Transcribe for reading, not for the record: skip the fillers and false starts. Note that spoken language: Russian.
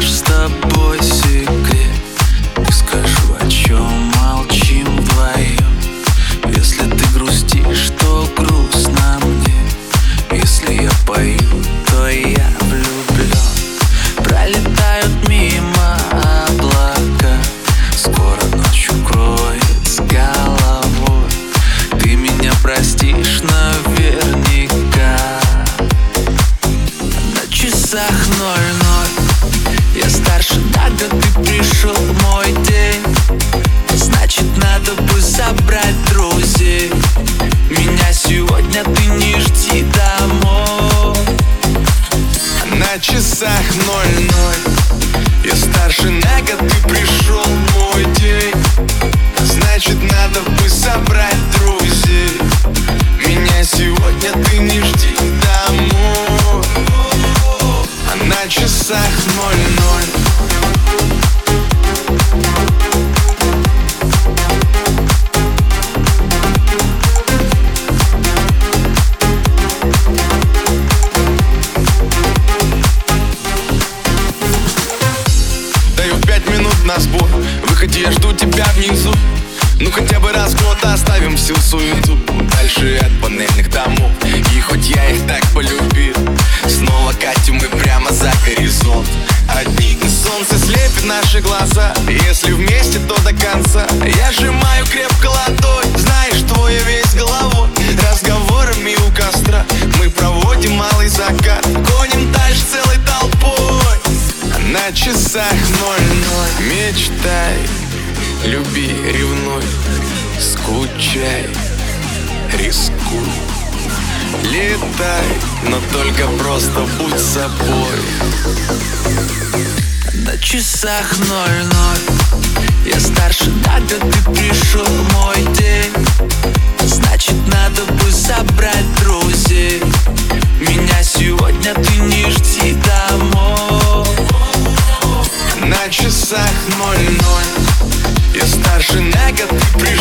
наш с тобой секрет. Не скажу, о чем молчим вдвоем. Если ты грустишь, то грустно мне. Если я пою, то я влюблен. Пролетают мимо облака, скоро ночь укроет с головой. Ты меня простишь наверняка. На часах 00. Я старше на год, ты пришел в мой день. Значит, надо бы собрать друзей. Меня сегодня ты не жди домой. На часах 00. Я старше на год, ты пришел в мой день. Значит, надо бы собрать друзей. Меня сегодня ты не жди домой. А на часах 00. На сбор, выходи, я жду тебя внизу. Ну хотя бы раз в год оставим всю суету дальше от панельных домов. И хоть я их так полюбил, снова катим мы прямо за горизонт. Одни солнце слепит наши глаза. Если вместе, то до конца. Я сжимаю крепко ладонь, знаешь, твоя весь головой. Разговорами у костра мы проводим малый закат. Гоним дальше целой толпой. На часах 00. Мечтай, люби, ревнуй, скучай, рискуй. Летай, но только просто будь собой. На часах 00. Я старше на год, ты пришел в мой день. Значит, надо бы собрать друзей. Меня сегодня ты не жди домой. На часах 00. Я старше на год, ты пришел